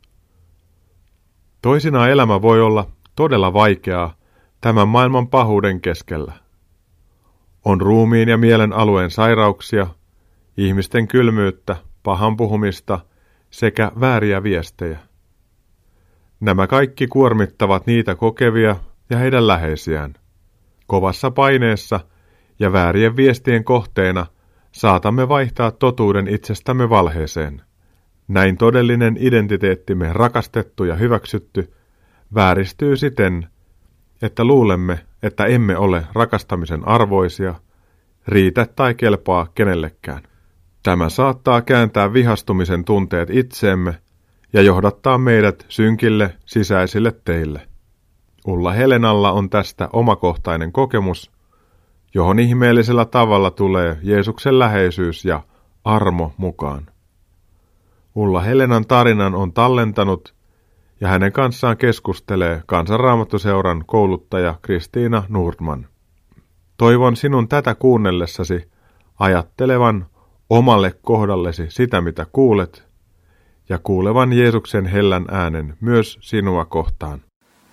B: Toisinaan elämä voi olla todella vaikeaa tämän maailman pahuuden keskellä. On ruumiin ja mielen alueen sairauksia, ihmisten kylmyyttä, pahan puhumista sekä vääriä viestejä. Nämä kaikki kuormittavat niitä kokevia ja heidän läheisiään. Kovassa paineessa ja väärien viestien kohteena saatamme vaihtaa totuuden itsestämme valheeseen. Näin todellinen identiteettimme, rakastettu ja hyväksytty, vääristyy siten, että luulemme, että emme ole rakastamisen arvoisia, riitä tai kelpaa kenellekään. Tämä saattaa kääntää vihastumisen tunteet itseemme ja johdattaa meidät synkille sisäisille teille. Ulla Helenalla on tästä omakohtainen kokemus, johon ihmeellisellä tavalla tulee Jeesuksen läheisyys ja armo mukaan. Ulla Helenan tarinan on tallentanut ja hänen kanssaan keskustelee Kansanraamattuseuran kouluttaja Kristiina Nordman. Toivon sinun tätä kuunnellessasi ajattelevan omalle kohdallesi sitä, mitä kuulet, ja kuulevan Jeesuksen hellän äänen myös sinua kohtaan.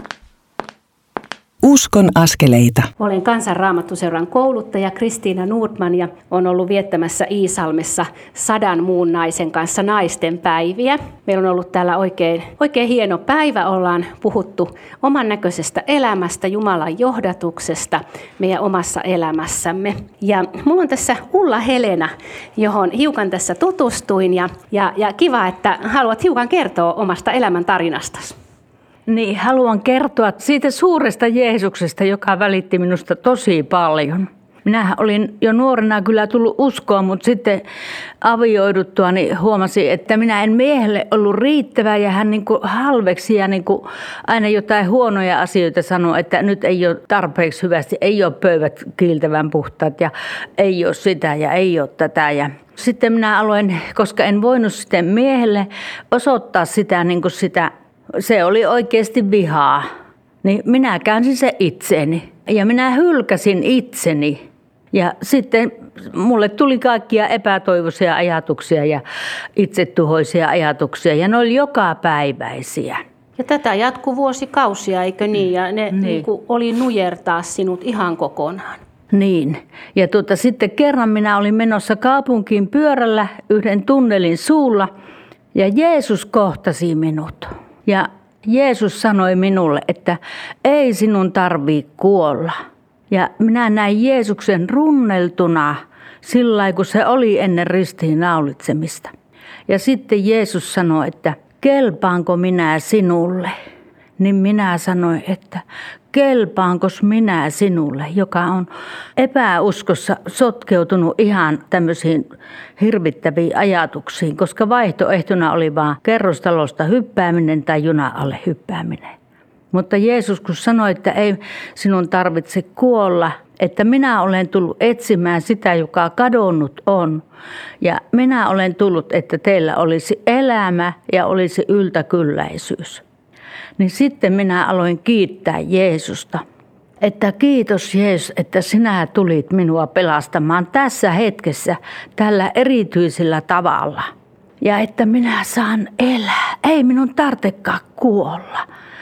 A: Uskon askeleita.
G: Olen Kansanraamattuseuran kouluttaja Kristiina Nordman ja olen ollut viettämässä Iisalmessa sadan muun naisen kanssa naisten päiviä. Meillä on ollut täällä oikein, oikein hieno päivä. Ollaan puhuttu oman näköisestä elämästä, Jumalan johdatuksesta meidän omassa elämässämme. Ja mulla on tässä Ulla Helena, johon hiukan tässä tutustuin ja, ja, ja kiva, että haluat hiukan kertoa omasta elämän tarinastasi.
H: Niin, haluan kertoa siitä suuresta Jeesuksesta, joka välitti minusta tosi paljon. Minähän olin jo nuorena kyllä tullut uskoa, mutta sitten avioiduttua niin huomasin, että minä en miehelle ollut riittävä ja hän niin kuin halveksi ja niin kuin aina jotain huonoja asioita sanoi, että nyt ei ole tarpeeksi hyvästi, ei ole pöydät kiiltävän puhtaat ja ei ole sitä ja ei ole tätä. Ja sitten minä aloin, koska en voinut sitten miehelle osoittaa sitä niin kuin sitä, se oli oikeasti vihaa, niin minä käänsin se itseni ja minä hylkäsin itseni. Ja sitten mulle tuli kaikkia epätoivoisia ajatuksia ja itsetuhoisia ajatuksia ja ne oli jokapäiväisiä.
G: Ja tätä jatkui vuosikausia, eikö niin? Ja ne niin. Niin kuin oli nujertaa sinut ihan kokonaan.
H: Niin. Ja tuota, sitten kerran minä olin menossa kaupunkiin pyörällä yhden tunnelin suulla ja Jeesus kohtasi minut. Ja Jeesus sanoi minulle, että ei sinun tarvitse kuolla. Ja minä näin Jeesuksen runneltuna sillä lailla, kun se oli ennen ristiin naulitsemista. Ja sitten Jeesus sanoi, että kelpaanko minä sinulle? Niin minä sanoin, että kelpaankos minä sinulle, joka on epäuskossa sotkeutunut ihan tämmöisiin hirvittäviin ajatuksiin, koska vaihtoehtona oli vaan kerrostalosta hyppääminen tai juna alle hyppääminen. Mutta Jeesus kun sanoi, että ei sinun tarvitse kuolla, että minä olen tullut etsimään sitä, joka kadonnut on. Ja minä olen tullut, että teillä olisi elämä ja olisi yltäkylläisyys. Niin sitten minä aloin kiittää Jeesusta. Että kiitos Jeesus, että sinä tulit minua pelastamaan tässä hetkessä tällä erityisellä tavalla. Ja että minä saan elää. Ei minun tarvitsekaan kuolla.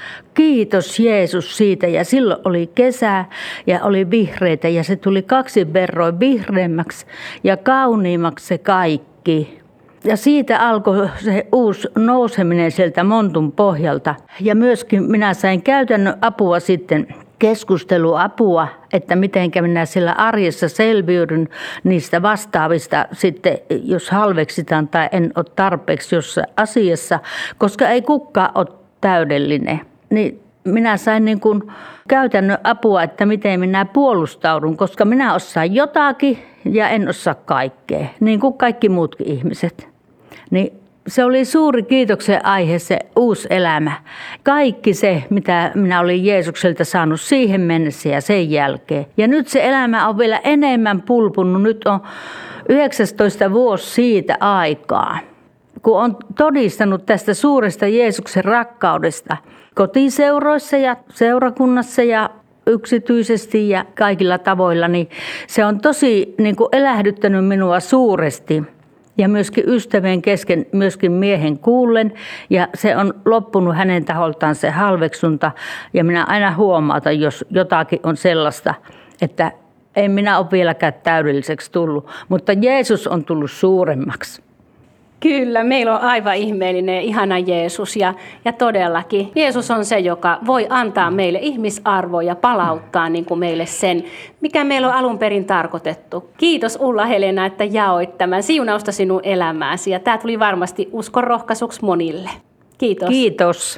H: Kiitos Jeesus siitä ja silloin oli kesä ja oli vihreitä ja se tuli kaksi verroin vihreämmäksi ja kauniimmaksi se kaikki. Ja siitä alkoi se uusi nouseminen sieltä montun pohjalta ja myöskin minä sain käytännön apua sitten, keskusteluapua, että miten minä siellä arjessa selviydyn niistä vastaavista sitten, jos halveksitaan tai en ole tarpeeksi jossain asiassa, koska ei kukaan ole täydellinen. Niin minä sain niin kuin käytännön apua, että miten minä puolustaudun, koska minä osaan jotakin ja en osaa kaikkea, niin kuin kaikki muutkin ihmiset. Niin se oli suuri kiitoksen aihe, se uusi elämä. Kaikki se, mitä minä olin Jeesukselta saanut siihen mennessä ja sen jälkeen. Ja nyt se elämä on vielä enemmän pulpunut. Nyt on yhdeksästoista vuosi siitä aikaa, kun on todistanut tästä suuresta Jeesuksen rakkaudesta kotiseuroissa ja seurakunnassa ja yksityisesti ja kaikilla tavoilla, niin se on tosi niin kuin elähdyttänyt minua suuresti. Ja myöskin ystävien kesken, myöskin miehen kuullen. Ja se on loppunut hänen taholtaan se halveksunta. Ja minä aina huomautan, jos jotakin on sellaista, että en minä ole vieläkään täydelliseksi tullut. Mutta Jeesus on tullut suuremmaksi.
G: Kyllä, meillä on aivan ihmeellinen, ihana Jeesus ja, ja todellakin Jeesus on se, joka voi antaa meille ihmisarvoa ja palauttaa niin kuin meille sen, mikä meillä on alun perin tarkoitettu. Kiitos Ulla-Helena, että jaoit tämän siunausta sinun elämääsi ja tämä tuli varmasti uskon rohkaisuksi monille. Kiitos.
H: Kiitos.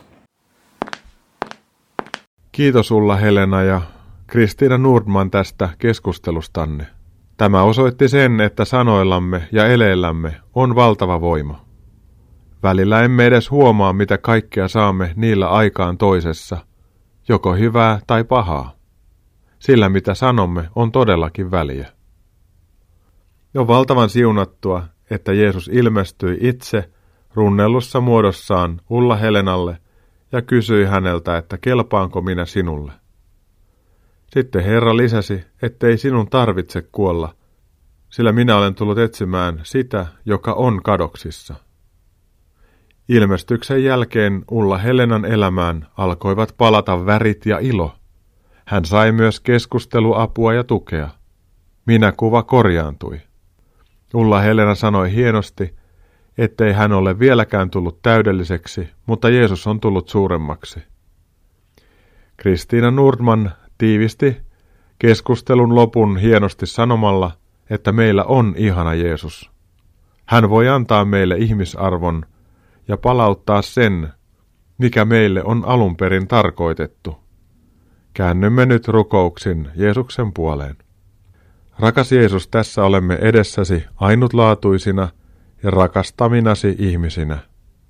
B: Kiitos Ulla-Helena ja Kristiina Nordman tästä keskustelustanne. Tämä osoitti sen, että sanoillamme ja eleillämme on valtava voima. Välillä emme edes huomaa, mitä kaikkea saamme niillä aikaan toisessa, joko hyvää tai pahaa. Sillä mitä sanomme on todellakin väliä. On valtavan siunattua, että Jeesus ilmestyi itse runnellussa muodossaan Ulla-Helenalle ja kysyi häneltä, että kelpaanko minä sinulle. Sitten Herra lisäsi, ettei sinun tarvitse kuolla, sillä minä olen tullut etsimään sitä, joka on kadoksissa. Ilmestyksen jälkeen Ulla-Helenan elämään alkoivat palata värit ja ilo. Hän sai myös keskusteluapua ja tukea. Minäkuva korjaantui. Ulla-Helena sanoi hienosti, ettei hän ole vieläkään tullut täydelliseksi, mutta Jeesus on tullut suuremmaksi. Kristiina Nordman tiivisti keskustelun lopun hienosti sanomalla, että meillä on ihana Jeesus. Hän voi antaa meille ihmisarvon ja palauttaa sen, mikä meille on alun perin tarkoitettu. Käännymme nyt rukouksin Jeesuksen puoleen. Rakas Jeesus, tässä olemme edessäsi ainutlaatuisina ja rakastaminasi ihmisinä.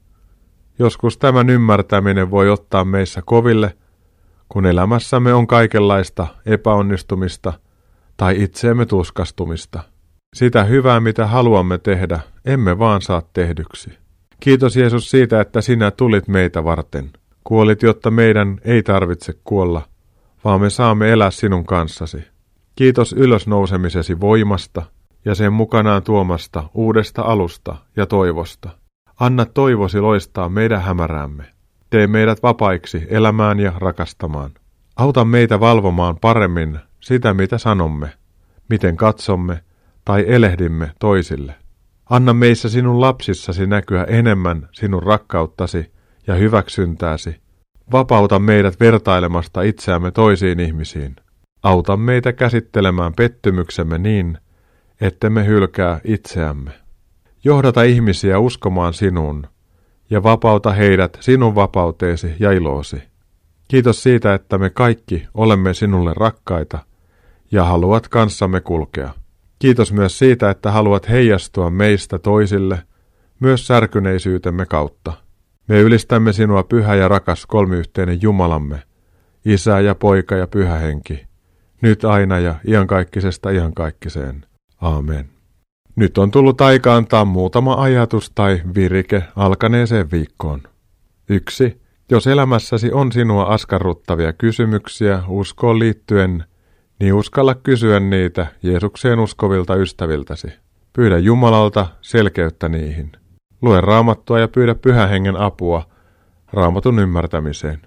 B: Joskus tämän ymmärtäminen voi ottaa meissä koville, kun elämässämme on kaikenlaista epäonnistumista tai itseemme tuskastumista. Sitä hyvää, mitä haluamme tehdä, emme vaan saa tehdyksi. Kiitos Jeesus siitä, että sinä tulit meitä varten. Kuolit, jotta meidän ei tarvitse kuolla, vaan me saamme elää sinun kanssasi. Kiitos ylösnousemisesi voimasta ja sen mukanaan tuomasta uudesta alusta ja toivosta. Anna toivosi loistaa meidän hämäräämme. Tee meidät vapaiksi elämään ja rakastamaan. Auta meitä valvomaan paremmin sitä, mitä sanomme, miten katsomme tai elehdimme toisille. Anna meissä sinun lapsissasi näkyä enemmän sinun rakkauttasi ja hyväksyntääsi. Vapauta meidät vertailemasta itseämme toisiin ihmisiin. Auta meitä käsittelemään pettymyksemme niin, ettemme hylkää itseämme. Johdata ihmisiä uskomaan sinuun ja vapauta heidät sinun vapauteesi ja iloosi. Kiitos siitä, että me kaikki olemme sinulle rakkaita ja haluat kanssamme kulkea. Kiitos myös siitä, että haluat heijastua meistä toisille, myös särkyneisyytemme kautta. Me ylistämme sinua pyhä ja rakas kolmiyhteinen Jumalamme, Isä ja Poika ja Pyhä Henki, nyt aina ja iankaikkisesta iankaikkiseen. Aamen. Nyt on tullut aika antaa muutama ajatus tai virike alkaneeseen viikkoon. Yksi. Jos elämässäsi on sinua askarruttavia kysymyksiä uskoon liittyen, niin uskalla kysyä niitä Jeesukseen uskovilta ystäviltäsi. Pyydä Jumalalta selkeyttä niihin. Lue Raamattua ja pyydä Pyhän Hengen apua Raamatun ymmärtämiseen.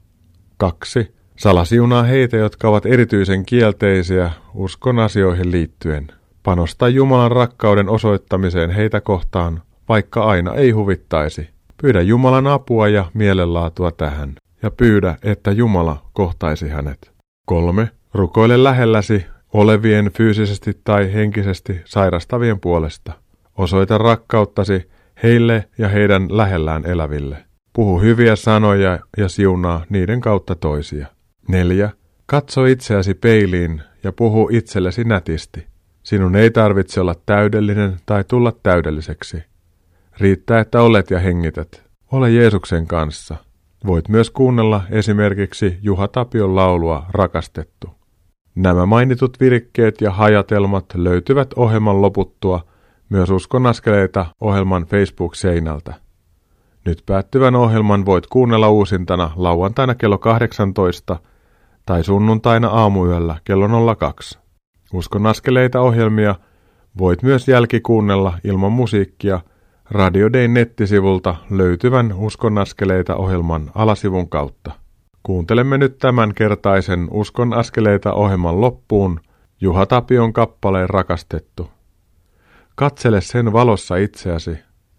B: Kaksi. Salasiunaa heitä, jotka ovat erityisen kielteisiä uskon asioihin liittyen. Panosta Jumalan rakkauden osoittamiseen heitä kohtaan, vaikka aina ei huvittaisi. Pyydä Jumalan apua ja mielenlaatua tähän, ja pyydä, että Jumala kohtaisi hänet. Kolme. Rukoile lähelläsi olevien fyysisesti tai henkisesti sairastavien puolesta. Osoita rakkauttasi heille ja heidän lähellään eläville. Puhu hyviä sanoja ja siunaa niiden kautta toisia. Neljä. Katso itseäsi peiliin ja puhu itsellesi nätisti. Sinun ei tarvitse olla täydellinen tai tulla täydelliseksi. Riittää, että olet ja hengität. Ole Jeesuksen kanssa. Voit myös kuunnella esimerkiksi Juha Tapion laulua Rakastettu. Nämä mainitut virikkeet ja hajatelmat löytyvät ohjelman loputtua myös Uskon askeleita ohjelman Facebook-seinältä. Nyt päättyvän ohjelman voit kuunnella uusintana lauantaina kello kahdeksantoista tai sunnuntaina aamuyöllä kello nolla kaksi. Uskon askeleita ohjelmia voit myös jälkikuunnella ilman musiikkia Radio Dayn nettisivulta löytyvän Uskon askeleita ohjelman alasivun kautta. Kuuntelemme nyt tämän kertaisen Uskon askeleita ohjelman loppuun Juha Tapion kappaleen Rakastettu. Katsele sen valossa itseäsi.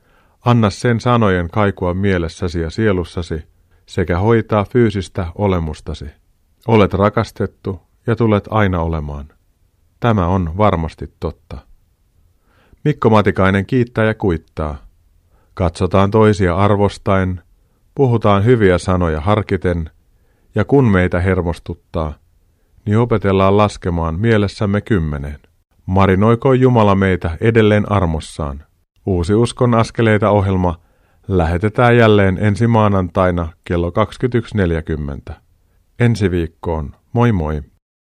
B: Anna sen sanojen kaikua mielessäsi ja sielussasi sekä hoitaa fyysistä olemustasi. Olet rakastettu ja tulet aina olemaan. Tämä on varmasti totta. Mikko Matikainen kiittää ja kuittaa. Katsotaan toisia arvostaen, puhutaan hyviä sanoja harkiten, ja kun meitä hermostuttaa, niin opetellaan laskemaan mielessämme kymmeneen. Marinoikoon Jumala meitä edelleen armossaan. Uusi Uskon askeleita -ohjelma lähetetään jälleen ensi maanantaina kello kaksikymmentäyksi neljäkymmentä. Ensi viikkoon. Moi moi!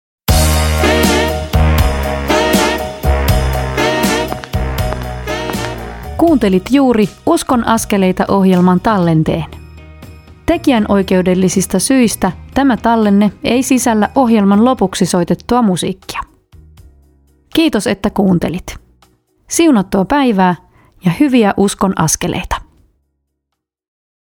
E: Kuuntelit juuri Uskon askeleita -ohjelman tallenteen. Tekijän oikeudellisista syistä tämä tallenne ei sisällä ohjelman lopuksi soitettua musiikkia. Kiitos, että kuuntelit. Siunattua päivää ja hyviä uskon askeleita.